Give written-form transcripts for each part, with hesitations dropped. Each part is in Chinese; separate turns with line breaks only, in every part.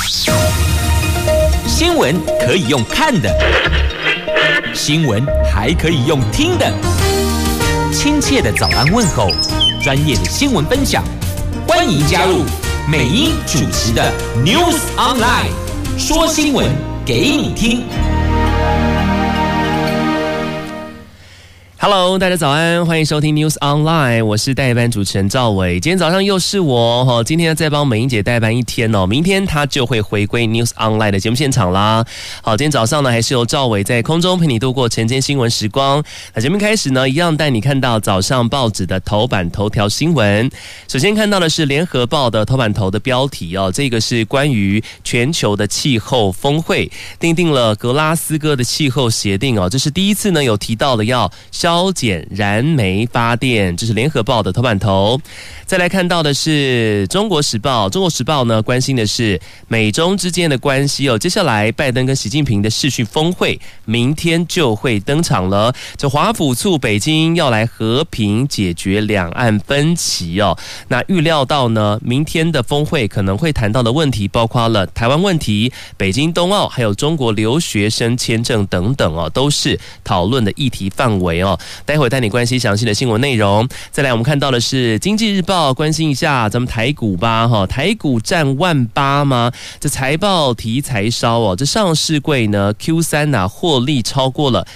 新闻可以用看的，新闻还可以用听的。亲切的早安问候，专业的新闻分享，欢迎加入美英主持的 News Online， 说新闻给你听。Hello， 大家早安，欢迎收听 News Online， 我是代班主持人赵伟。今天早上又是我今天再帮美英姐代班一天哦，明天她就会回归 News Online 的节目现场啦。好，今天早上呢，还是由赵伟在空中陪你度过晨间新闻时光。那节目开始呢，一样带你看到早上报纸的头版头条新闻。首先看到的是联合报的头版头的标题哦，这个是关于全球的气候峰会，订定了格拉斯哥的气候协定哦，这是第一次呢有提到了要削减燃煤发电，这是联合报的头版头。再来看到的是中国时报，中国时报呢关心的是美中之间的关系哦。接下来拜登跟习近平的视讯峰会明天就会登场了，这华府促北京要来和平解决两岸分歧哦。那预料到呢，明天的峰会可能会谈到的问题包括了台湾问题、北京冬奥，还有中国留学生签证等等哦，都是讨论的议题范围哦。待会带你关心详细的新闻内容。再来我们看到的是经济日报，关心一下咱们台股吧台股站18000吗？这财报题材烧哦，这上市柜呢 Q3 获利超过了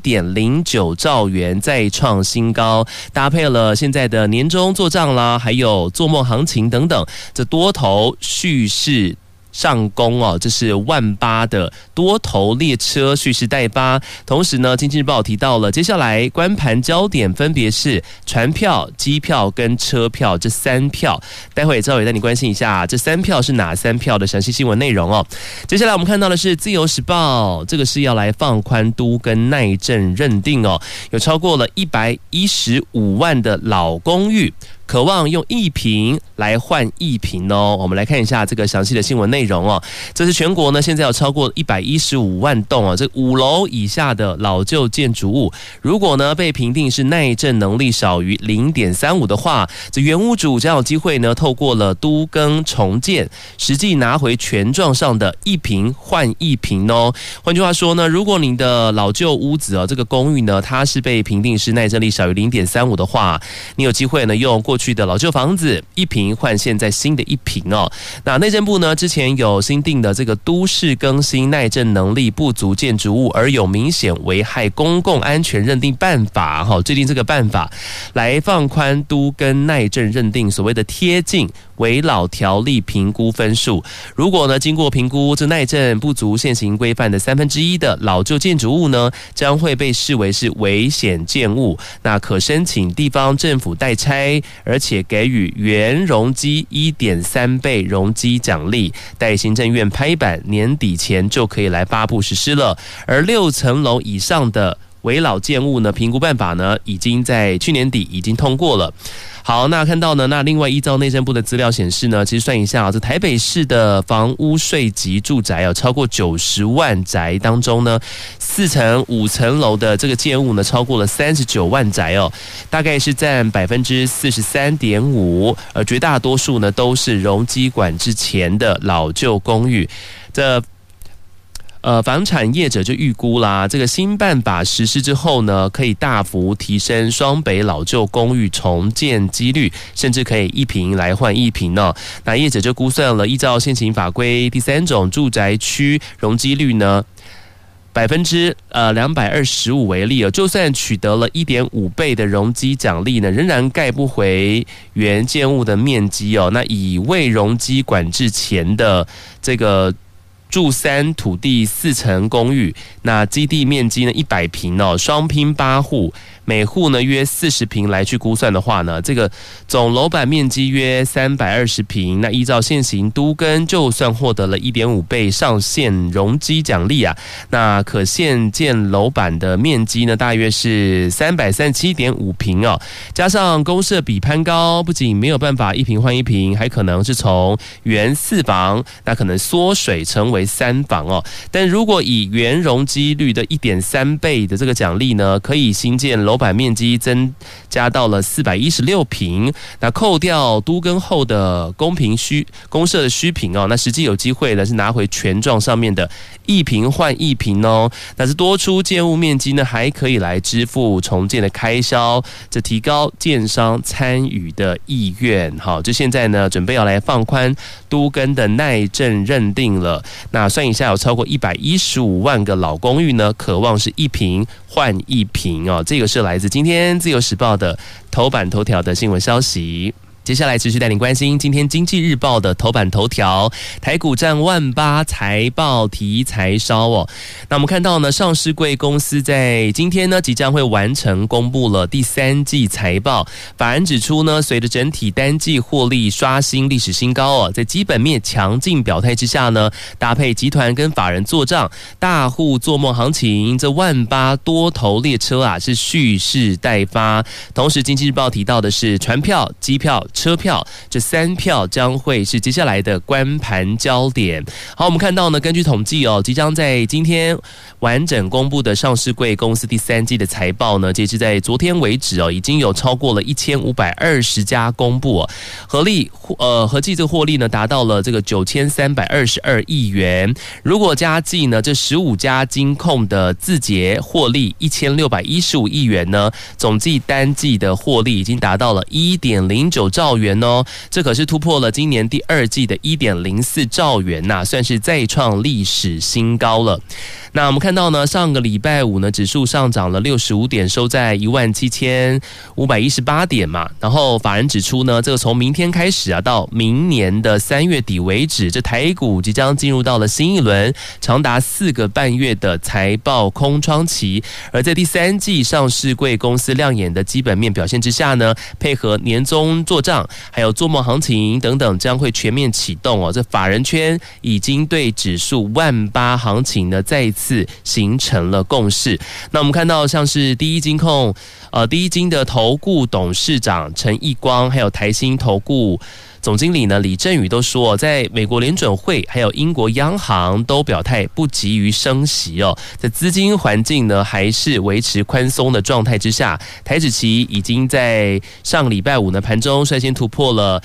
1.09 兆元，再创新高，搭配了现在的年终做账啦，还有做梦行情等等，这多头蓄势上攻哦，这是18000的多头列车蓄势待发。同时呢，经济日报提到了接下来观盘焦点分别是船票、机票跟车票这3票。待会赵伟带你关心一下这3票是哪3票的详细新闻内容哦。接下来我们看到的是自由时报，这个是要来放宽都跟耐震认定哦，有超过了115万的老公寓渴望用1坪来换1坪哦。我们来看一下这个详细的新闻内容哦。这是全国呢现在有超过115万栋哦，这5楼以下的老旧建筑物，如果呢被评定是耐震能力少于 0.35 的话，这原屋主将有机会呢透过了都更重建，实际拿回权状上的1坪换1坪哦。换句话说呢，如果你的老旧屋子哦，这个公寓呢它是被评定是耐震力少于 0.35 的话，你有机会呢用过去的老旧房子1坪换现在新的1坪哦。那内政部呢之前有新定的这个都市更新耐震能力不足建筑物而有明显危害公共安全认定办法最近这个办法来放宽都更耐震认定所谓的贴近危老条例评估分数。如果呢经过评估这耐震不足现行规范的1/3的老旧建筑物呢，将会被视为是危险建物，那可申请地方政府代拆，而且给予原容积 1.3 倍容积奖励，待行政院拍板，年底前就可以来发布实施了。而6层楼以上的危老建物呢，评估办法呢已经在去年底已经通过了。好，那看到呢，那另外依照内政部的资料显示呢，其实算一下这台北市的房屋税级住宅超过90万宅当中呢，4层、5层楼的这个建物呢，超过了39万宅哦，大概是占 43.5%， 而绝大多数呢都是容积管制前的老旧公寓。这房产业者就预估啦，这个新办法实施之后呢，可以大幅提升双北老旧公寓重建几率，甚至可以1坪来换1坪哦。那业者就估算了，依照现行法规，第3种住宅区容积率呢225%为例就算取得了 1.5 倍的容积奖励呢，仍然盖不回原建物的面积哦。那以未容积管制前的这个住3土地4层公寓，那基地面积呢100坪哦，双拼8户，每户呢约40坪来去估算的话呢，这个总楼板面积约320坪。那依照现行都更，就算获得了 1.5 倍上限容积奖励那可现建楼板的面积呢大约是 337.5 坪哦，加上公设比攀高，不仅没有办法1坪换1坪，还可能是从原4房那可能缩水成为3房哦。但如果以原容积率的 1.3 倍的这个奖励呢，可以新建楼楼板面积增加到了416坪。那扣掉都更后的公设的虚坪哦，那实际有机会呢是拿回权状上面的1坪换1坪哦。那是多出建物面积呢，还可以来支付重建的开销，这提高建商参与的意愿。好，这现在呢准备要来放宽都更的耐震认定了。那算一下，有超过115万个老公寓呢，渴望是1坪换1坪哦。这个是来自今天自由时报的头版头条的新闻消息。接下来持续带领关心今天经济日报的头版头条，台股战18000财报题材烧哦。那我们看到呢，上市柜公司在今天呢即将会完成公布了第3季财报。法人指出呢，随着整体单季获利刷新历史新高哦，在基本面强劲表态之下呢，搭配集团跟法人做账，大户做梦行情，这18000多头列车啊是蓄势待发。同时，经济日报提到的是船票、机票、车票这3票将会是接下来的观盘焦点。好，我们看到呢，根据统计哦，即将在今天完整公布的上市柜公司第3季的财报呢，截至在昨天为止哦，已经有超过了1520家公布哦，合计这个获利呢达到了这个9322亿元。如果加计呢这15家金控的自结获利1615亿元呢，总计单季的获利已经达到了1.09兆元哦，这可是突破了今年第2季的1.04兆元呐，算是再创历史新高了。那我们看到呢，上个礼拜五呢，指数上涨了65点，收在17518点嘛。然后法人指出呢，这个从明天开始啊，到明年的3月底为止，这台股即将进入到了新一轮长达4个半月的财报空窗期。而在第3季上市柜公司亮眼的基本面表现之下呢，配合年终做账，还有做梦行情等等，将会全面启动哦。这法人圈已经对指数18000行情呢再一次形成了共识。那我们看到像是第一金的投顾董事长陈义光，还有台新投顾总经理呢李振宇都说，在美国联准会还有英国央行都表态不急于升息哦，在资金环境呢还是维持宽松的状态之下，台指期已经在上礼拜五呢盘中率先突破了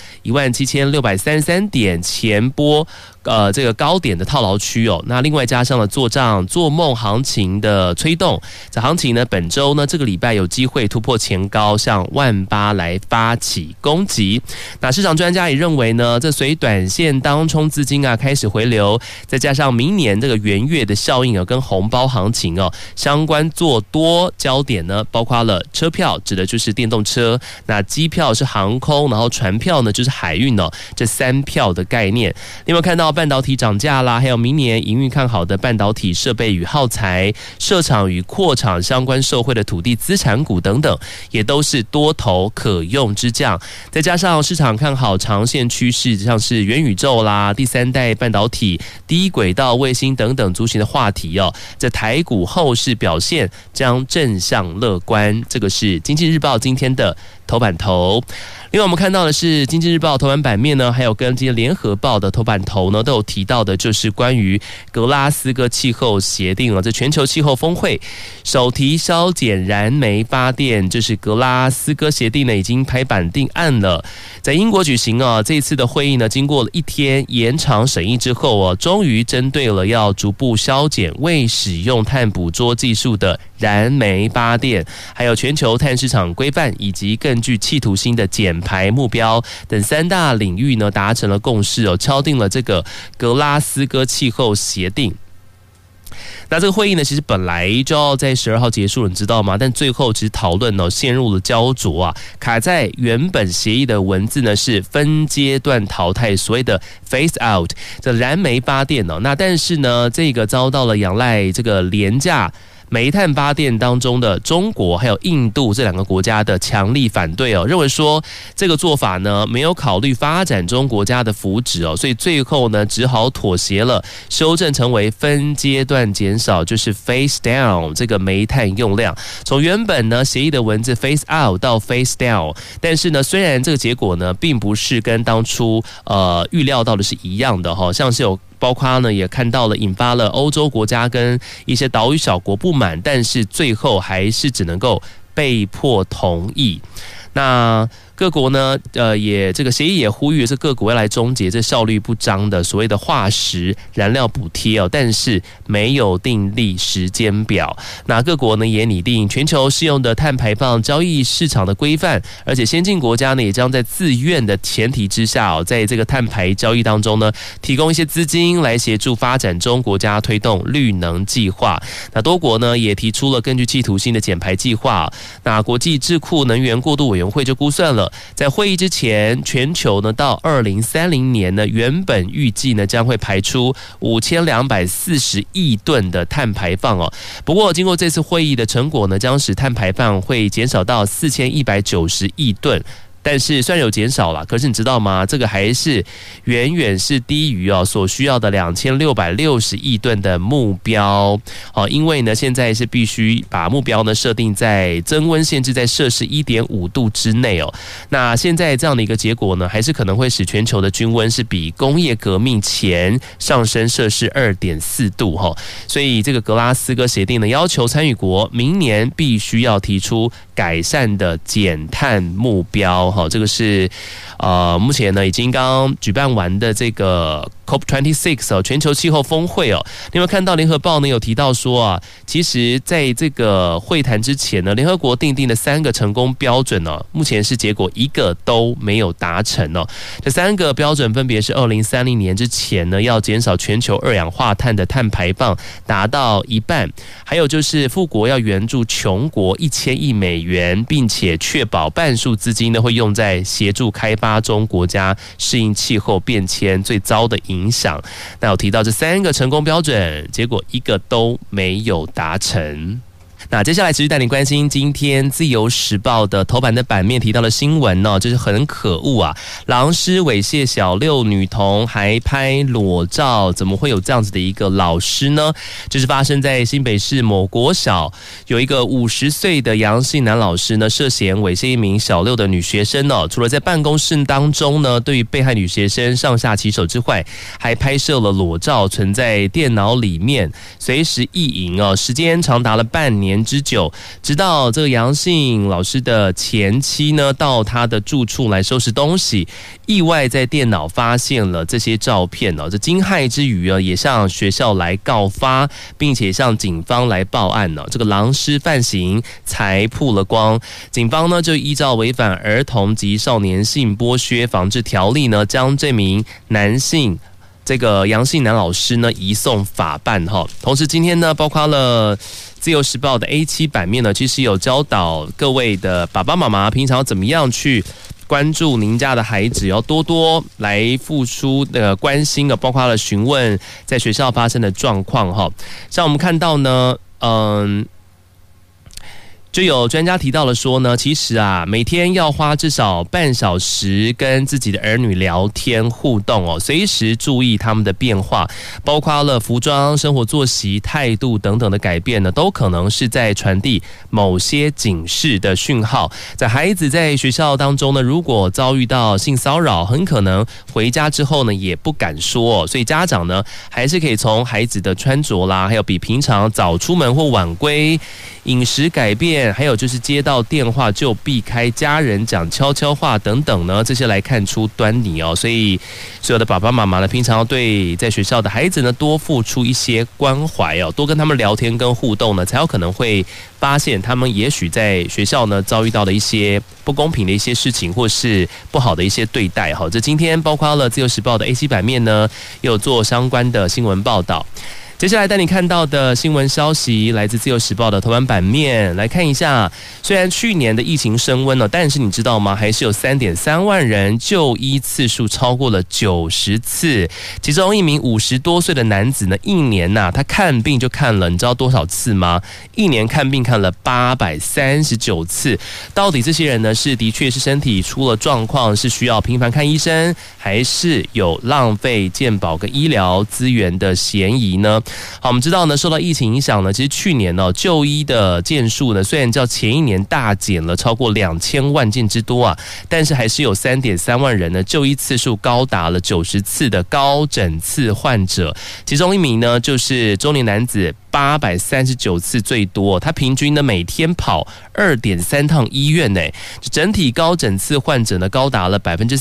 17633点，前波这个高点的套牢区哦。那另外加上了做账做梦行情的催动，这行情呢本周呢这个礼拜有机会突破前高，向18000来发起攻击。那市场专家也认为呢，这随短线当冲资金啊开始回流，再加上明年这个元月的效应啊跟红包行情哦，相关做多焦点呢包括了车票，指的就是电动车，那机票是航空，然后船票呢就是海运哦，这3票的概念。另外看到半导体涨价啦，还有明年营运看好的半导体设备与耗材、设厂与扩厂相关受惠的土地资产股等等，也都是多头可用之将。再加上市场看好长线趋势，像是元宇宙啦、第3代半导体、低轨道卫星等等族群的话题哦，这台股后市表现将正向乐观。这个是经济日报今天的头版头。另外我们看到的是经济日报头版版面呢，还有跟今天联合报的头版头呢都有提到的，就是关于格拉斯哥气候协定了。这全球气候峰会首提削减燃煤发电，就是格拉斯哥协定呢已经拍板定案了，在英国举行啊。这一次的会议呢，经过了1天延长审议之后啊，终于针对了要逐步削减未使用碳捕捉技术的燃煤发电，还有全球碳市场规范以及更具企图心的减排目标等3大领域呢达成了共识哦，敲定了这个格拉斯哥气候协定。那这个会议呢，其实本来就要在12号结束了，你知道吗？但最后其实讨论呢陷入了焦灼啊，卡在原本协议的文字呢是分阶段淘汰，所谓的 phase out 这燃煤发电哦。那但是呢，这个遭到了仰赖这个廉价煤炭发电当中的中国还有印度这2个国家的强力反对哦，认为说这个做法呢没有考虑发展中国家的福祉哦，所以最后呢只好妥协了，修正成为分阶段减少，就是 phase down 这个煤炭用量，从原本呢协议的文字 phase out 到 phase down。但是呢，虽然这个结果呢并不是跟当初预料到的是一样的哈，像是有包括呢也看到了引发了欧洲国家跟一些岛屿小国不满，但是最后还是只能够被迫同意。那各国呢，也这个协议也呼吁是各国要来终结这效率不彰的所谓的化石燃料补贴哦，但是没有订立时间表。那各国呢也拟定全球适用的碳排放交易市场的规范，而且先进国家呢也将在自愿的前提之下哦，在这个碳排交易当中呢，提供一些资金来协助发展中国家推动绿能计划。那多国呢也提出了根据企图心的减排计划。那国际智库能源过渡委员会就估算了，在会议之前，全球呢到2030年呢，原本预计呢将会排出5240亿吨的碳排放哦。不过，经过这次会议的成果呢，将使碳排放会减少到4190亿吨。但是虽然有减少了，可是你知道吗？这个还是远远是低于所需要的2660亿吨的目标。因为呢，现在是必须把目标呢设定在增温限制在摄氏1.5度之内哦。那现在这样的一个结果呢，还是可能会使全球的均温是比工业革命前上升摄氏2.4度哈。所以这个格拉斯哥协定呢，要求参与国明年必须要提出改善的减碳目标。这个是目前呢已经刚举办完的这个 COP26 全球气候峰会哦。你有没有看到联合报呢有提到说其实在这个会谈之前呢，联合国订定的3个成功标准目前是结果1个都没有达成哦。这3个标准分别是2030年之前呢要减少全球二氧化碳的碳排放达到1半，还有就是富国要援助穷国1000亿美元，并且确保半数资金呢会用在协助开发中国家适应气候变迁最糟的影响。那有提到这3个成功标准，结果1个都没有达成。那接下来持续带你关心今天自由时报的头版的版面提到的新闻就是很可恶啊，狼师猥亵小6女童还拍裸照，怎么会有这样子的一个老师呢？这是发生在新北市某国小，有一个50岁的杨姓男老师呢涉嫌猥亵一名小6的女学生除了在办公室当中呢对于被害女学生上下其手之外，还拍摄了裸照存在电脑里面，随时意淫时间长达了半年之久，直到这个杨姓老师的前妻呢到他的住处来收拾东西，意外在电脑发现了这些照片这惊骇之余也向学校来告发，并且向警方来报案这个狼师犯行才曝了光。警方呢就依照违反儿童及少年性剥削防治条例呢，将这名男性这个杨姓男老师呢移送法办同时今天呢包括了自由时报的 A7 版面呢，其实有教导各位的爸爸妈妈平常怎么样去关注您家的孩子，要多多来付出的关心包括了询问在学校发生的状况像我们看到呢就有专家提到了说呢，其实每天要花至少半小时跟自己的儿女聊天互动随时注意他们的变化，包括了服装、生活作息、态度等等的改变呢，都可能是在传递某些警示的讯号。在孩子在学校当中呢，如果遭遇到性骚扰，很可能回家之后呢也不敢说所以家长呢还是可以从孩子的穿着啦，还有比平常早出门或晚归、饮食改变，还有就是接到电话就避开家人讲悄悄话等等呢，这些来看出端倪所以所有的爸爸妈妈呢，平常要对在学校的孩子呢多付出一些关怀多跟他们聊天跟互动呢，才有可能会发现他们也许在学校呢遭遇到的一些不公平的一些事情，或是不好的一些对待这今天包括了自由时报的 A7 版面呢，也有做相关的新闻报道。接下来带你看到的新闻消息来自自由时报的头版版面，来看一下。虽然去年的疫情升温了，但是你知道吗？还是有 3.3 万人就医次数超过了90次。其中一名50多岁的男子呢，一年他看病就看了，你知道多少次吗？一年看病看了839次。到底这些人呢，是的确是身体出了状况，是需要频繁看医生，还是有浪费健保跟医疗资源的嫌疑呢？好，我们知道呢，受到疫情影响呢，其实去年就医的件数呢，虽然较前一年大减了超过2000万件之多但是还是有 3.3 万人呢就医次数高达了90次的高诊次患者。其中一名呢，就是中年男子 839次最多，他平均呢每天跑2.3趟医院呢，整体高诊次患者呢高达了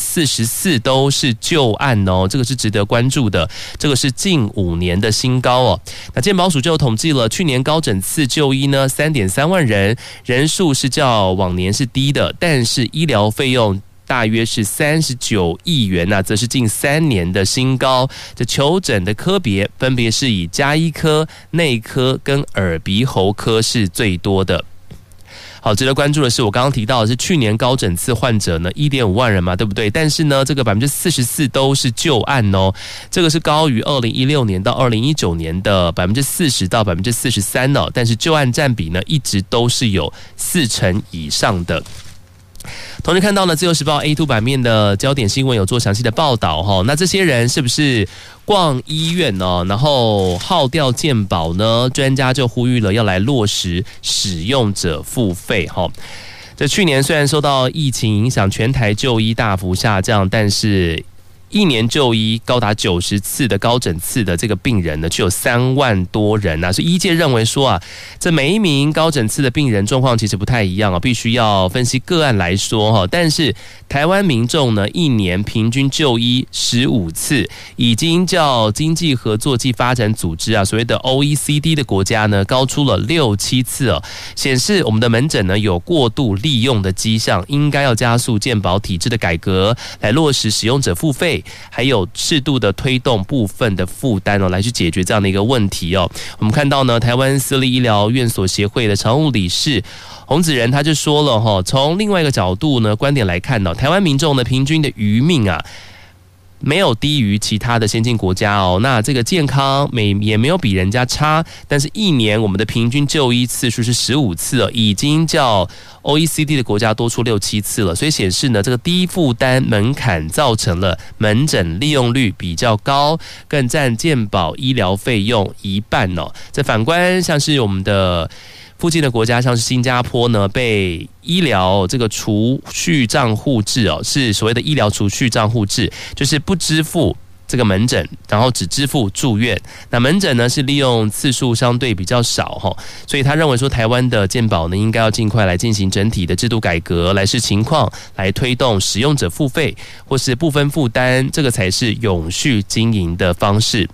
44%，都是旧案哦，这个是值得关注的，这个是近5年的新高哦。那健保署就统计了，去年高诊次就医呢3.3万人，人数是较往年是低的，但是医疗费用大约是39亿元呐，则是近3年的新高。这求诊的科别分别是以家医科、内科跟耳鼻喉科是最多的。好，值得关注的是，我刚刚提到的是去年高诊次患者呢 1.5 万人嘛，对不对？但是呢，这个44%都是旧案哦，这个是高于2016年到2019年的40%到43%哦，但是旧案占比呢一直都是有40%以上的。同时看到呢，自由时报 A2 版面的焦点新闻有做详细的报道哈。那这些人是不是逛医院呢？然后耗掉健保呢？专家就呼吁了要来落实使用者付费哈。这去年虽然受到疫情影响，全台就医大幅下降，但是一年就医高达90次的高诊次的这个病人呢，却有3万多人啊，所以医界认为说啊，这每一名高诊次的病人状况其实不太一样啊，必须要分析个案来说哈。但是台湾民众呢，一年平均就医15次，已经较经济合作暨发展组织啊，所谓的 OECD 的国家呢，高出了6-7次哦，显示我们的门诊呢有过度利用的迹象，应该要加速健保体制的改革，来落实使用者付费。还有适度的推动部分的负担哦，来去解决这样的一个问题哦。我们看到呢，台湾私立医疗院所协会的常务理事洪子仁他就说了哈，从另外一个角度呢观点来看呢，台湾民众的平均的余命啊，没有低于其他的先进国家哦，那这个健康也没有比人家差，但是一年我们的平均就医次数是15次哦，已经较 OECD 的国家多出6-7次了，所以显示呢，这个低负担门槛造成了门诊利用率比较高，更占健保医疗费用1半哦。这反观像是我们的附近的国家，像是新加坡呢，被医疗这个储蓄账户制哦，是所谓的医疗储蓄账户制，就是不支付这个门诊，然后只支付住院。那门诊呢是利用次数相对比较少哈，所以他认为说台湾的健保呢应该要尽快来进行整体的制度改革，来视情况来推动使用者付费或是不分负担，这个才是永续经营的方式。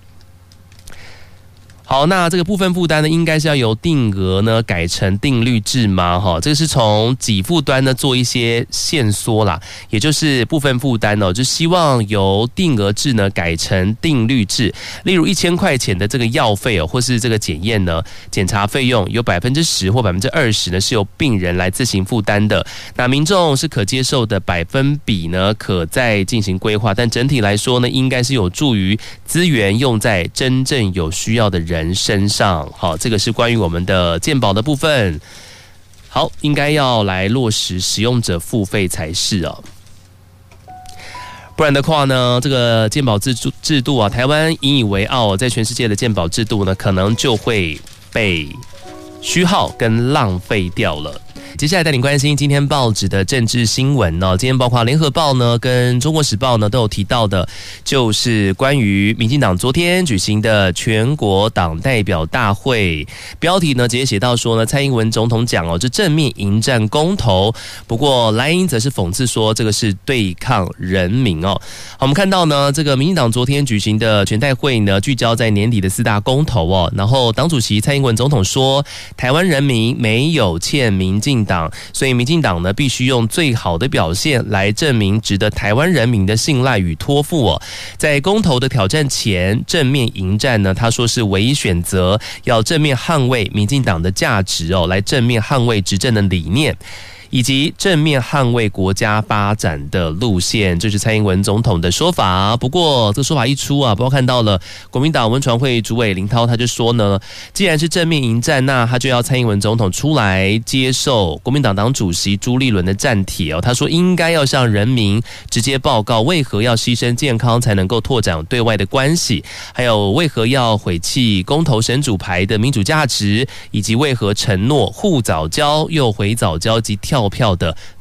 好，那这个部分负担呢，应该是要由定额呢改成定率制吗？哈，这个是从给付端呢做一些限缩啦，也就是部分负担哦，就希望由定额制呢改成定率制。例如1000块钱的这个药费哦，或是这个检验呢，检查费用有10%或20%呢是由病人来自行负担的。那民众是可接受的百分比呢，可再进行规划，但整体来说呢，应该是有助于资源用在真正有需要的人身上。好，这个是关于我们的健保的部分。好，应该要来落实使用者付费才是哦。不然的话呢，这个健保制度啊，台湾引以为傲，在全世界的健保制度呢，可能就会被虚耗跟浪费掉了。接下来带你关心今天报纸的政治新闻哦。今天包括联合报呢跟中国时报呢都有提到的，就是关于民进党昨天举行的全国党代表大会，标题呢直接写到说呢，蔡英文总统讲哦，这正面迎战公投，不过蓝营则是讽刺说这个是对抗人民哦。好，我们看到呢，这个民进党昨天举行的全代会呢，聚焦在年底的4大公投哦，然后党主席蔡英文总统说，台湾人民没有欠民进党，所以民进党呢必须用最好的表现来证明值得台湾人民的信赖与托付哦。在公投的挑战前，正面迎战呢，他说是唯一选择，要正面捍卫民进党的价值哦，来正面捍卫执政的理念，以及正面捍卫国家发展的路线，这是蔡英文总统的说法。不过这说法一出啊，不知道看到了国民党文传会主委林涛，他就说呢，既然是正面迎战，那他就要蔡英文总统出来接受国民党党主席朱立伦的战帖哦。他说应该要向人民直接报告，为何要牺牲健康才能够拓展对外的关系，还有为何要毁弃公投神主牌的民主价值，以及为何承诺护早教又回早教及跳票的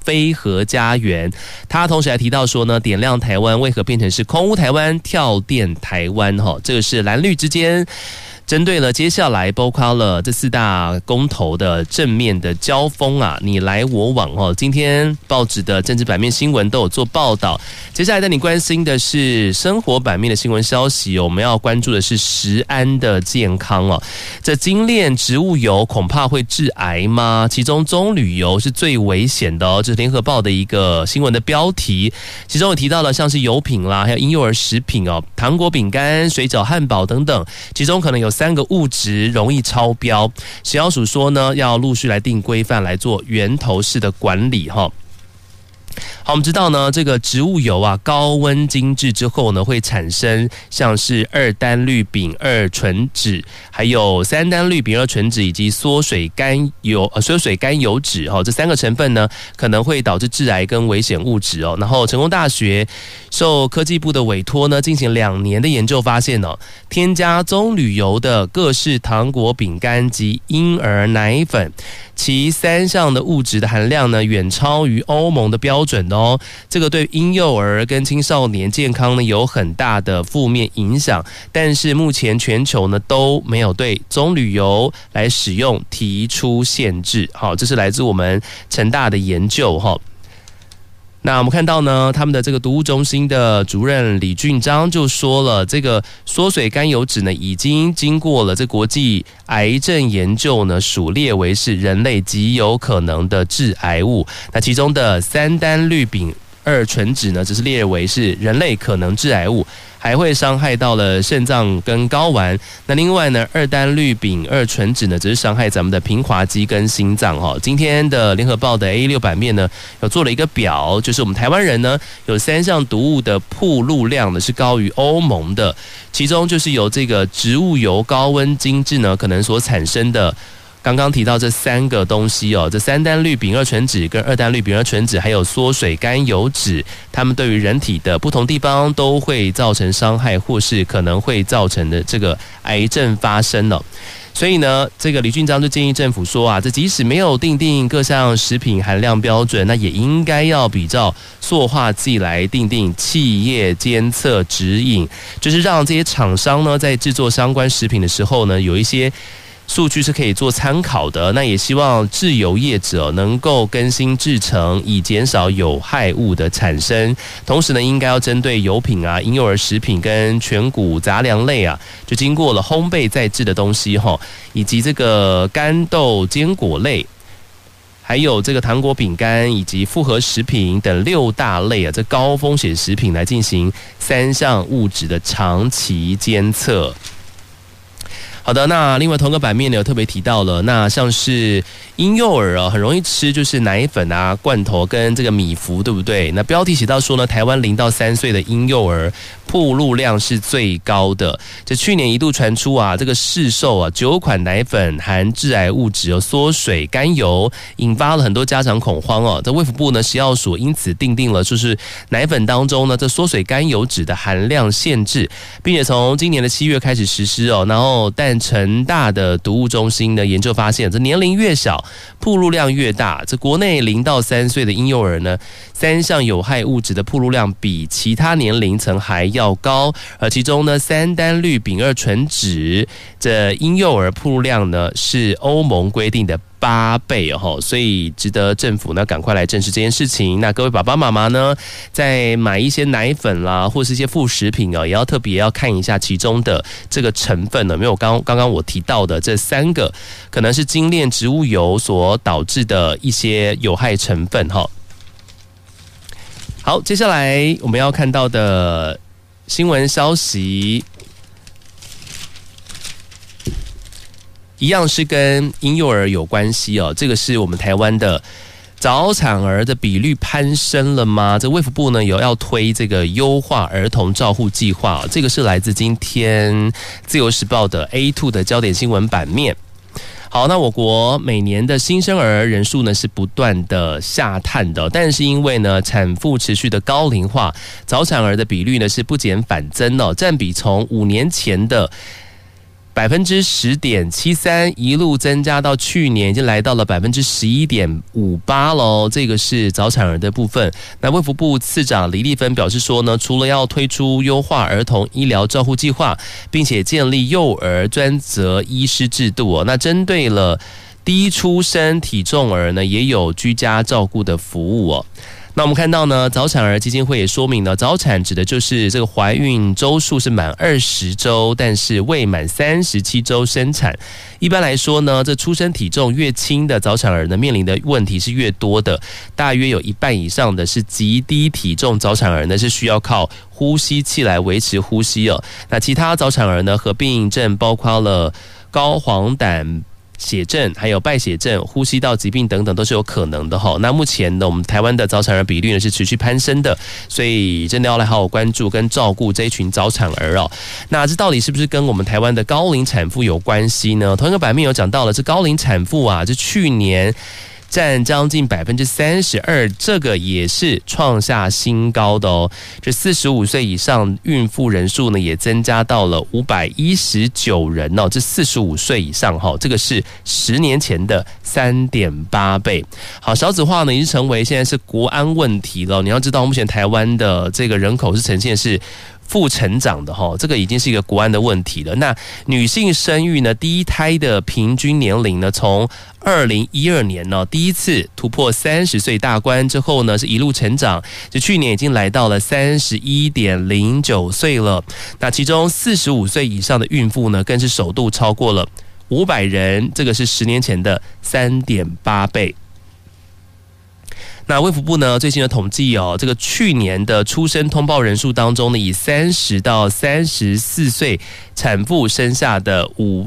非核家园。他同时还提到说呢，点亮台湾为何变成是空污台湾、跳电台湾，这个是蓝绿之间针对了接下来包括了这4大公投的正面的交锋啊，你来我往今天报纸的政治版面新闻都有做报道。接下来带你关心的是生活版面的新闻消息，我们要关注的是食安的健康哦。这精炼植物油恐怕会致癌吗？其中棕榈油是最危险的哦，这是联合报的一个新闻的标题。其中有提到了像是油品啦，还有婴幼儿食品哦，糖果、饼干、水饺、汉堡等等，其中可能有3个物质容易超标。食药署说呢，要陆续来定规范来做源头式的管理哈。好，我们知道呢，这个植物油啊，高温精制之后呢，会产生像是2单氯丙二醇酯，还有3单氯丙二醇酯以及缩水甘油酯这3个成分呢，可能会导致致癌跟危险物质哦。然后成功大学受科技部的委托呢，进行2年的研究，发现哦，添加棕榈油的各式糖果、饼干及婴儿奶粉，其3项的物质的含量呢，远超于欧盟的标准哦。这个对婴幼儿跟青少年健康呢有很大的负面影响，但是目前全球呢都没有对棕榈油来使用提出限制。好，这是来自我们成大的研究哈。那我们看到呢，他们的这个毒物中心的主任李俊章就说了，这个缩水甘油酯呢，已经经过了这国际癌症研究呢，属列为是人类极有可能的致癌物。那其中的3单氯丙二醇酯呢，只是列为是人类可能致癌物，还会伤害到了肾脏跟睾丸。那另外呢，2单氯丙二醇酯呢，只是伤害咱们的平滑肌跟心脏哈。今天的联合报的 A6 版面呢，有做了一个表，就是我们台湾人呢，有3项毒物的暴露量呢是高于欧盟的，其中就是由这个植物油高温精制呢，可能所产生的。刚刚提到这3个东西哦，这3单氯丙二醇酯跟2单氯丙二醇酯，还有缩水甘油酯，它们对于人体的不同地方都会造成伤害，或是可能会造成的这个癌症发生了。所以呢，这个李俊章就建议政府说啊，这即使没有订定各项食品含量标准，那也应该要比照塑化剂来订定企业监测指引，就是让这些厂商呢在制作相关食品的时候呢，有一些数据是可以做参考的。那也希望制油业者能够更新制程，以减少有害物的产生。同时呢，应该要针对油品啊、婴幼儿食品跟全谷杂粮类啊，就经过了烘焙再制的东西以及这个干豆坚果类，还有这个糖果、饼干以及复合食品等6大类啊，这高风险食品来进行3项物质的长期监测。好的，那另外同个版面呢有特别提到了，那像是婴幼儿啊，很容易吃就是奶粉啊、罐头跟这个米麸，对不对？那标题写到说呢，台湾0到3岁的婴幼儿暴露量是最高的。这去年一度传出啊，这个市售啊9款奶粉含致癌物质缩水甘油，引发了很多家长恐慌哦。这卫福部呢食药署因此订定了就是奶粉当中呢这缩水甘油酯的含量限制，并且从今年的7月开始实施哦。然后但成大的毒物中心的研究发现，这年龄越小，暴露量越大。这国内0到3岁的婴幼儿呢，3项有害物质的暴露量比其他年龄层还要高，而其中呢3单氯丙二醇酯，这婴幼儿暴露量呢是欧盟规定的8倍哦，所以值得政府呢赶快来正视这件事情。那各位爸爸妈妈呢，在买一些奶粉啦，或是一些副食品也要特别要看一下其中的这个成分呢，没有刚刚我提到的这3个可能是精炼植物油所导致的一些有害成分哈。好，接下来我们要看到的新闻消息，一样是跟婴幼儿有关系哦。这个是我们台湾的早产儿的比率攀升了吗？这卫福部呢有要推这个优化儿童照护计划，这个是来自今天自由时报的 A2 的焦点新闻版面。好，那我国每年的新生儿人数呢是不断的下探的，但是因为呢产妇持续的高龄化，早产儿的比率呢是不减反增哦，占比从5年前的 10.73%，一路增加到去年已经来到了11.58%喽。这个是早产儿的部分。那卫福部次长李丽芬表示说呢，除了要推出优化儿童医疗照护计划，并且建立幼儿专责医师制度哦，那针对了低出生体重儿呢，也有居家照顾的服务哦。那我们看到呢，早产儿基金会也说明了，早产指的就是这个怀孕周数是满20周，但是未满37周生产。一般来说呢，这出生体重越轻的早产儿呢，面临的问题是越多的，大约有一半以上的是极低体重早产儿呢，是需要靠呼吸器来维持呼吸哦。那其他早产儿呢，合并症包括了高黄疸血症还有败血症、呼吸道疾病等等都是有可能的哈。那目前呢，我们台湾的早产儿比率呢是持续攀升的，所以真的要来好好关注跟照顾这一群早产儿哦。那这到底是不是跟我们台湾的高龄产妇有关系呢？同一个版面有讲到了，这高龄产妇啊，这去年占将近32%，这个也是创下新高的哦。这45岁以上孕妇人数呢，也增加到了519人哦。这45岁以上哈，这个是10年前的3.8倍。好，少子化呢，已经成为现在是国安问题了。你要知道，目前台湾的这个人口是呈现是负成长的哈，这个已经是一个国安的问题了。那女性生育呢，第一胎的平均年龄呢，从2012年呢第一次突破30岁大关之后呢，是一路成长，就去年已经来到了31.09岁了。那其中45岁以上的孕妇呢，更是首度超过了500人，这个是10年前的3.8倍。那卫福部呢最新的统计哦，这个去年的出生通报人数当中呢，以30到34岁产妇生下的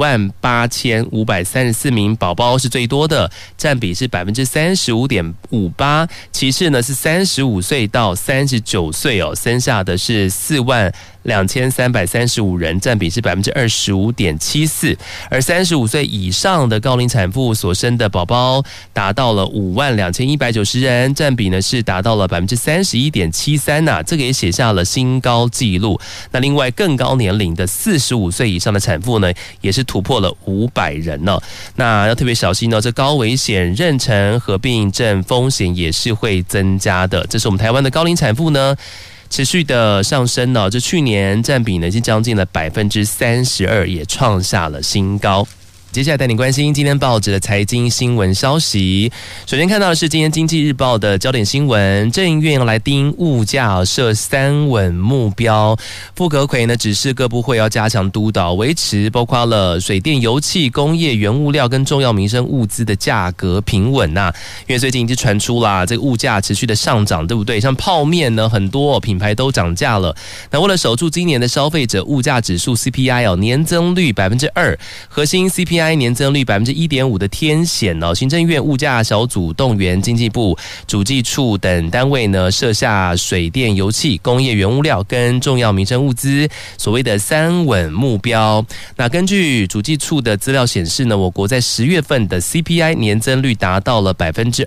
58534名宝宝是最多的，占比是35.58%。其次呢是35岁到39岁哦，生下的是42335人，占比是25.74%。而35岁以上的高龄产妇所生的宝宝达到了52190人，占比呢是达到了31.73%呐，这个也写下了新高纪录。那另外更高年龄的45岁以上的产妇呢，也是突破了500人呢。那要特别小心呢，这高危险妊娠合并症风险也是会增加的。这是我们台湾的高龄产妇呢持续的上升呢，这去年占比呢已经将近了32%，也创下了新高。接下来带你关心今天报纸的财经新闻消息。首先看到的是今天经济日报的焦点新闻，政营院要来盯物价设3稳目标。傅革奎呢指示各部会要加强督导，维持包括了水电、油气、工业原物料跟重要民生物资的价格平稳呐。因为最近已经传出啦，这个物价持续的上涨，对不对？像泡面呢，很多品牌都涨价了。那为了守住今年的消费者物价指数 CPI 哦，年增率2%，核心 CPI年增率1.5%的天险哦，行政院物价小组动员经济部、主计处等单位呢，设下水电、油气、工业原物料跟重要民生物资所谓的3稳目标。那根据主计处的资料显示呢，我国在10月份的 CPI 年增率达到了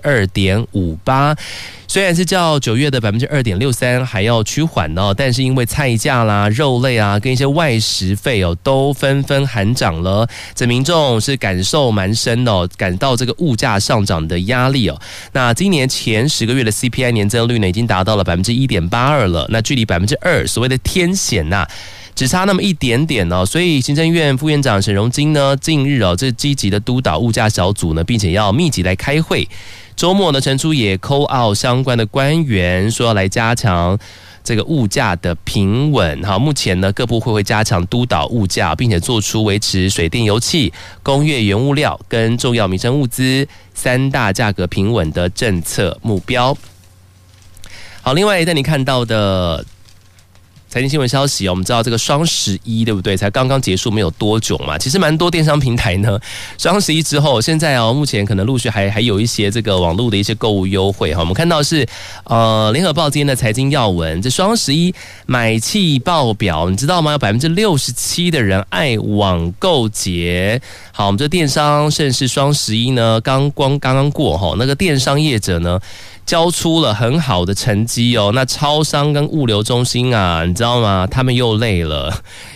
2.58%。虽然是较9月的2.63%还要趋缓哦，但是因为菜价啦、肉类啊跟一些外食费哦都纷纷喊涨了，这民众是感受蛮深哦，感到这个物价上涨的压力哦。那今年前10个月的 CPI 年增率呢，已经达到了1.82%了，那距离2%所谓的天险呐，只差那么一点点哦，所以行政院副院长沈荣金呢，近日这积极的督导物价小组呢，并且要密集来开会。周末呢，陈初也 call out 相关的官员，说要来加强这个物价的平稳。好，目前呢，各部会加强督导物价，并且做出维持水电、油气、工业原物料跟重要民生物资3大价格平稳的政策目标。好，另外带你看到的财经新闻消息，我们知道这个双11对不对？才刚刚结束没有多久嘛，其实蛮多电商平台呢，双11之后，现在目前可能陆续还有一些这个网络的一些购物优惠哈。我们看到是联合报今天的财经要闻，这双11买气爆表，你知道吗？有67%的人爱网购节。好，我们这电商盛世双11呢，刚刚过哈，那个电商业者呢，交出了很好的成绩哦。那超商跟物流中心啊，你知道吗？他们又累了，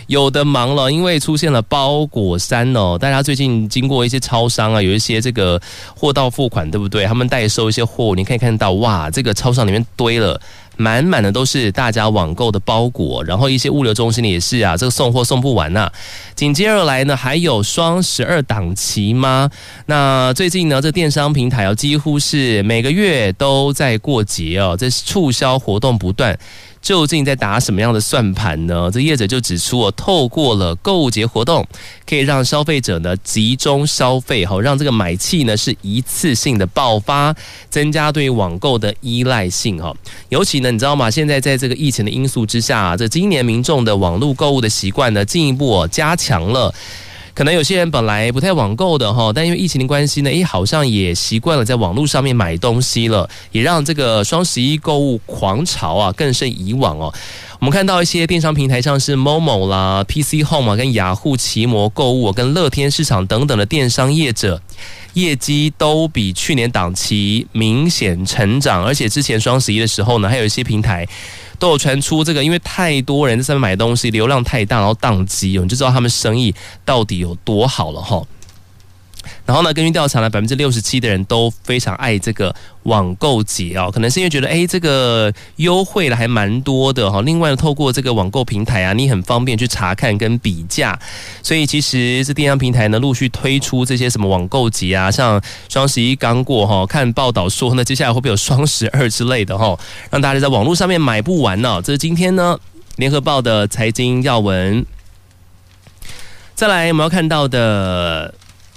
有的忙了，因为出现了包裹山哦。大家最近经过一些超商啊，有一些这个货到付款，对不对？他们代收一些货，你可以看到哇，这个超商里面堆了满满的都是大家网购的包裹，然后一些物流中心也是啊，这个送货送不完啊。紧接而来呢，还有双12档期吗？那最近呢，这电商平台几乎是每个月都在过节哦，这促销活动不断。究竟在打什么样的算盘呢？这业者就指出透过了购物节活动，可以让消费者呢集中消费，让这个买气呢是一次性的爆发，增加对网购的依赖性。尤其呢，你知道吗？现在在这个疫情的因素之下，这今年民众的网络购物的习惯呢，进一步加强了。可能有些人本来不太网购的但因为疫情的关系呢，好像也习惯了在网络上面买东西了，也让这个双11购物狂潮啊更胜以往哦。我们看到一些电商平台上是 Momo 啦、PC Home 跟雅虎奇摩购物跟乐天市场等等的电商业者，业绩都比去年档期明显成长，而且之前双11的时候呢，还有一些平台都有传出这个，因为太多人在上面买东西，流量太大，然后宕机，你就知道他们生意到底有多好了齁。然后呢，根据调查呢，67%的人都非常爱这个网购节可能是因为觉得这个优惠了还蛮多的另外呢，透过这个网购平台啊，你很方便去查看跟比价，所以其实这电商平台呢陆续推出这些什么网购节啊，像双11刚过看报道说呢，接下来会不会有双12之类的让大家在网络上面买不完呢？这是今天呢联合报的财经要闻。再来我们要看到的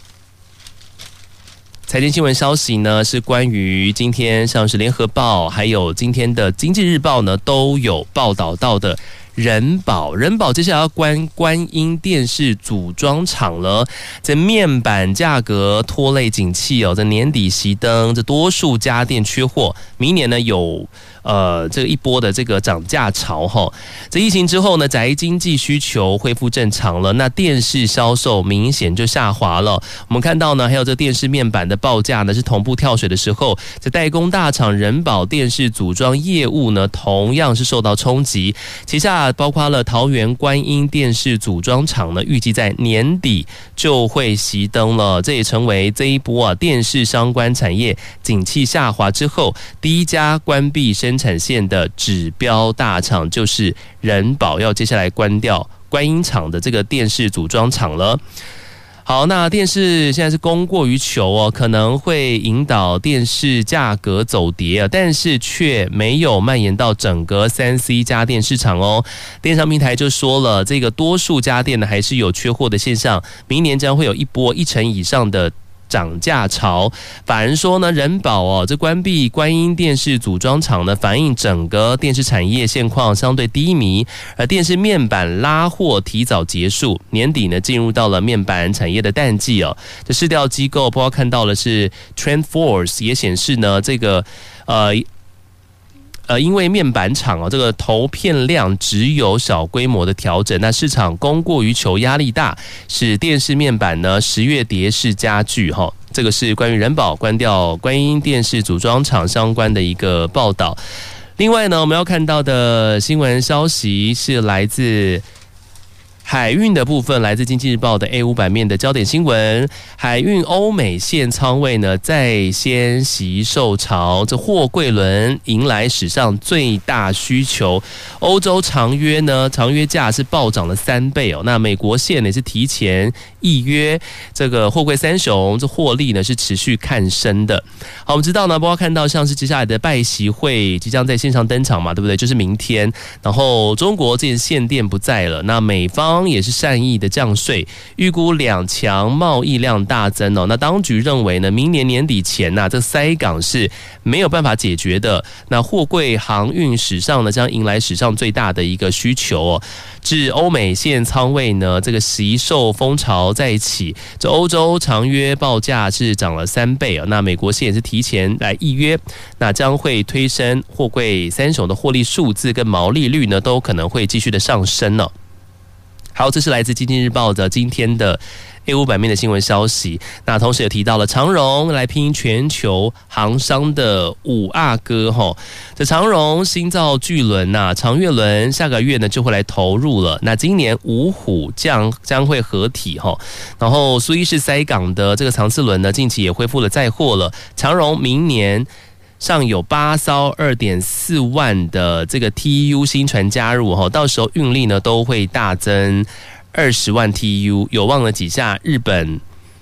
财经新闻消息呢，是关于今天像是联合报还有今天的经济日报呢都有报道到的人保接下来要关观音电视组装厂了，这面板价格拖累景气这年底熄灯，这多数家电缺货，明年呢有这个一波的这个涨价潮这疫情之后呢，宅经济需求恢复正常了，那电视销售明显就下滑了。我们看到呢，还有这电视面板的报价呢是同步跳水的时候，这代工大厂人保电视组装业务呢同样是受到冲击，旗下包括了桃园观音电视组装厂呢，预计在年底就会熄灯了，这也成为这一波电视相关产业景气下滑之后第一家关闭生产线的指标大厂，就是人保要接下来关掉观音厂的这个电视组装厂了。好，那电视现在是供过于求可能会引导电视价格走跌但是却没有蔓延到整个3C 家电市场电商平台就说了，这个多数家电呢还是有缺货的现象，明年将会有一波1成以上的涨价潮。法人说呢，人保这关闭观音电视组装厂呢，反映整个电视产业现况相对低迷，而电视面板拉货提早结束，年底呢进入到了面板产业的淡季这市调机构包括看到的是 TrendForce 也显示呢，这个因为面板厂这个投片量只有小规模的调整，那市场供过于求压力大，使电视面板呢10月跌势加剧这个是关于人保关掉观音电视组装厂相关的一个报道。另外呢，我们要看到的新闻消息是来自海运的部分，来自经济日报的 A5 版面的焦点新闻，海运欧美线仓位呢再掀袭售潮，这货柜轮迎来史上最大需求，欧洲长约价是暴涨了3倍那美国线也是提前预约，这个货柜三雄这获利呢是持续看升的。好，我们知道呢，包括看到像是接下来的拜习会即将在线上登场嘛，对不对？就是明天，然后中国这些限电不在了，那美方也是善意的降税，预估两强贸易量大增那当局认为呢，明年年底前这塞港是没有办法解决的，那货柜航运史上呢将迎来史上最大的一个需求至欧美线仓位呢这个惜售风潮在起，这欧洲长约报价是涨了3倍那美国线也是提前来预约，那将会推升货柜三雄的获利数字跟毛利率呢都可能会继续的上升好，这是来自经济日报的今天的 A5 版面的新闻消息。那同时也提到了长荣来拼全球航商的五阿哥哈。这长荣新造巨轮长月轮下个月呢就会来投入了。那今年五虎将会合体哈。然后苏伊士塞港的这个长次轮呢，近期也恢复了载货了。长荣明年上有8艘 2.4 万的这个 TEU 新船加入，到时候运力呢都会大增20万 TEU， 有望呢挤下日本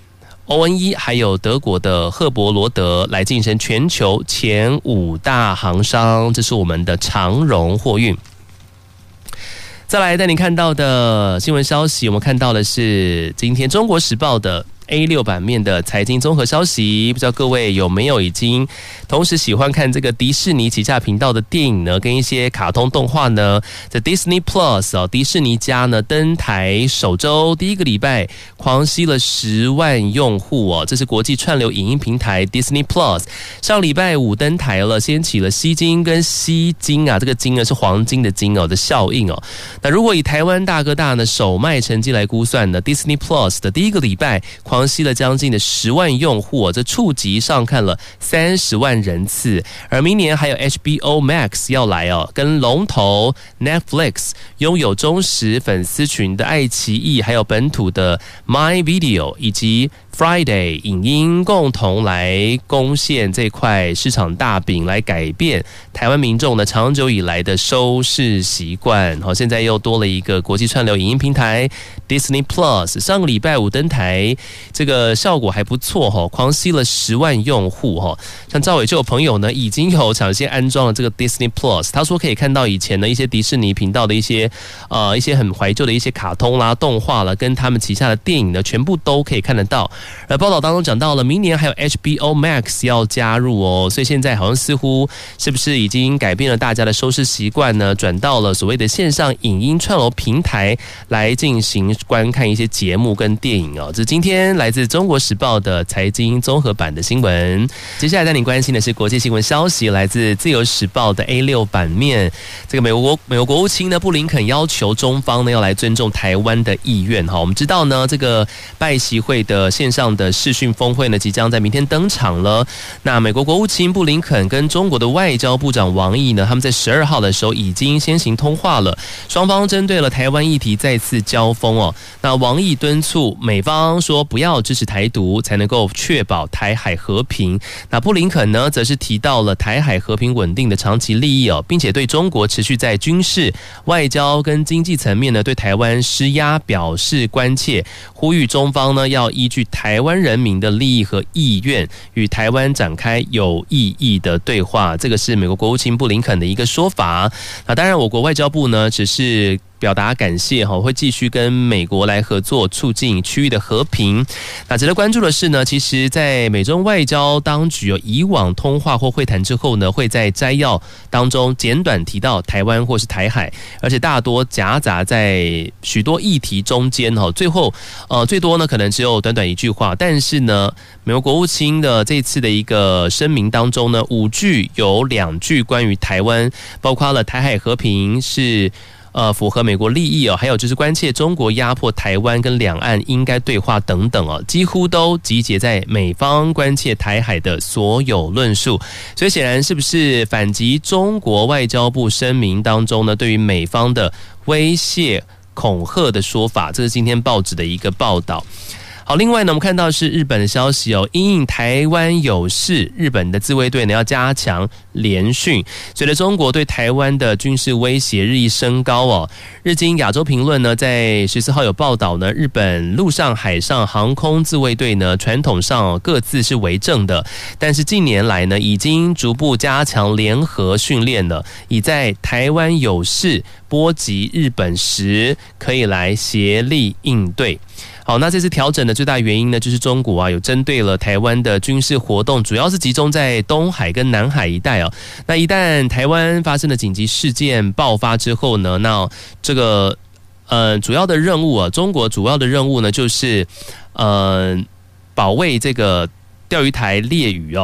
ONE 还有德国的赫伯罗德来晋升全球前5大航商，这是我们的长荣货运。再来带你看到的新闻消息，我们看到的是今天中国时报的A6 版面的财经综合消息，不知道各位有没有已经同时喜欢看这个迪士尼旗下频道的电影呢，跟一些卡通动画呢？这 Disney Plus 迪士尼家呢登台首周第一个礼拜狂吸了10万用户这是国际串流影音平台 Disney Plus 上礼拜五登台了，掀起了吸金跟吸金这个金呢是黄金的金的效应那如果以台湾大哥大呢首卖成绩来估算呢 ，Disney Plus 的第一个礼拜狂吸了将近的10万用户这触及上看了30万人次。而明年还有 HBO Max 要来跟龙头 Netflix 拥有忠实粉丝群的爱奇艺，还有本土的 My Video 以及Friday 影音共同来攻陷这块市场大饼，来改变台湾民众的长久以来的收视习惯。现在又多了一个国际串流影音平台 Disney Plus， 上个礼拜五登台，这个效果还不错狂吸了10万用户像赵伟就有朋友呢已经有抢先安装了这个 Disney Plus， 他说可以看到以前的一些迪士尼频道的一些很怀旧的一些卡通啦、动画啦，跟他们旗下的电影呢，全部都可以看得到。而报道当中讲到了，明年还有 HBO Max 要加入所以现在好像似乎是不是已经改变了大家的收视习惯呢？转到了所谓的线上影音串流平台来进行观看一些节目跟电影这是今天来自中国时报的财经综合版的新闻。接下来带你关心的是国际新闻消息，来自自由时报的 A6 版面。这个美国国务卿呢布林肯要求中方呢要来尊重台湾的意愿我们知道呢，这个拜习会的线上的视讯峰会呢即将在明天登场了。那美国国务卿布林肯跟中国的外交部长王毅呢，他们在12号的时候已经先行通话了，双方针对了台湾议题再次交锋那王毅敦促美方说不要支持台独，才能够确保台海和平。那布林肯呢则是提到了台海和平稳定的长期利益并且对中国持续在军事、外交跟经济层面呢对台湾施压表示关切，呼吁中方呢要依据台湾人民的利益和意愿，与台湾展开有意义的对话。这个是美国国务卿布林肯的一个说法。那当然我国外交部呢只是表达感谢会继续跟美国来合作，促进区域的和平。那值得关注的是呢，其实在美中外交当局以往通话或会谈之后呢，会在摘要当中简短提到台湾或是台海，而且大多夹杂在许多议题中间最后最多呢可能只有短短一句话。但是呢，美国国务卿的这次的一个声明当中呢，5句有2句关于台湾，包括了台海和平是符合美国利益还有就是关切中国压迫台湾跟两岸应该对话等等几乎都集结在美方关切台海的所有论述。所以显然是不是反击中国外交部声明当中呢，对于美方的威胁恐吓的说法，这是今天报纸的一个报道。好，另外呢，我们看到是日本的消息因应台湾有事，日本的自卫队呢要加强联训。随着中国对台湾的军事威胁日益升高日经亚洲评论呢在14号有报道呢，日本陆上、海上、航空自卫队呢传统上各自是为政的，但是近年来呢已经逐步加强联合训练了，以在台湾有事波及日本时可以来协力应对。好，那这次调整的最大原因呢，就是中国有针对了台湾的军事活动，主要是集中在东海跟南海一带那一旦台湾发生了紧急事件爆发之后呢，那这个主要的任务中国主要的任务呢就是保卫这个钓鱼台列屿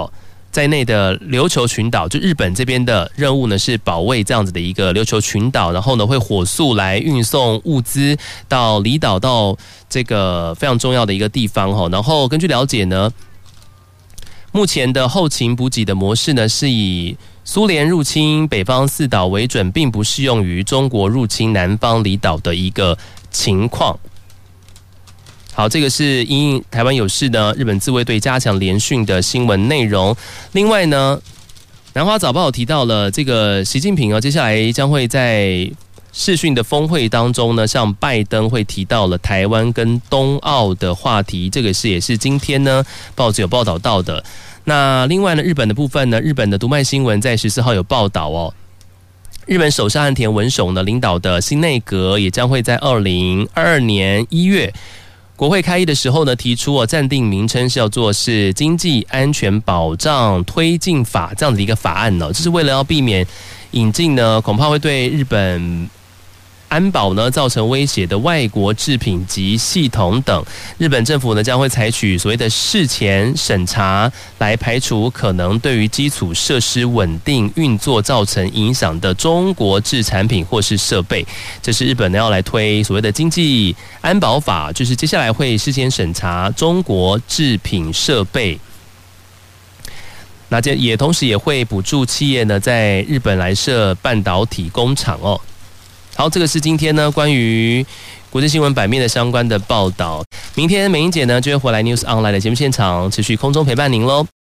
在内的琉球群岛，就日本这边的任务呢是保卫这样子的一个琉球群岛，然后呢会火速来运送物资到离岛，到这个非常重要的一个地方哈。然后根据了解呢，目前的后勤补给的模式呢是以苏联入侵北方四岛为准，并不适用于中国入侵南方离岛的一个情况。好，这个是因应台湾有事呢，日本自卫队加强联训的新闻内容。另外呢，南华早报提到了这个习近平接下来将会在视讯的峰会当中呢，像拜登会提到了台湾跟冬奥的话题，这个也是今天呢报纸有报道到的。那另外呢，日本的部分呢，日本的读卖新闻在14号有报道日本首相岸田文雄呢领导的新内阁也将会在2022年1月国会开议的时候呢，提出暂定名称是要做是经济安全保障推进法这样的一个法案这是为了要避免引进呢恐怕会对日本安保呢造成威胁的外国制品及系统等，日本政府呢将会采取所谓的事前审查，来排除可能对于基础设施稳定运作造成影响的中国制产品或是设备。这是日本呢要来推所谓的经济安保法，就是接下来会事先审查中国制品设备。那也同时也会补助企业呢在日本来设半导体工厂好，这个是今天呢关于国际新闻版面的相关的报道。明天美英姐呢就会回来 News Online 的节目现场，持续空中陪伴您咯。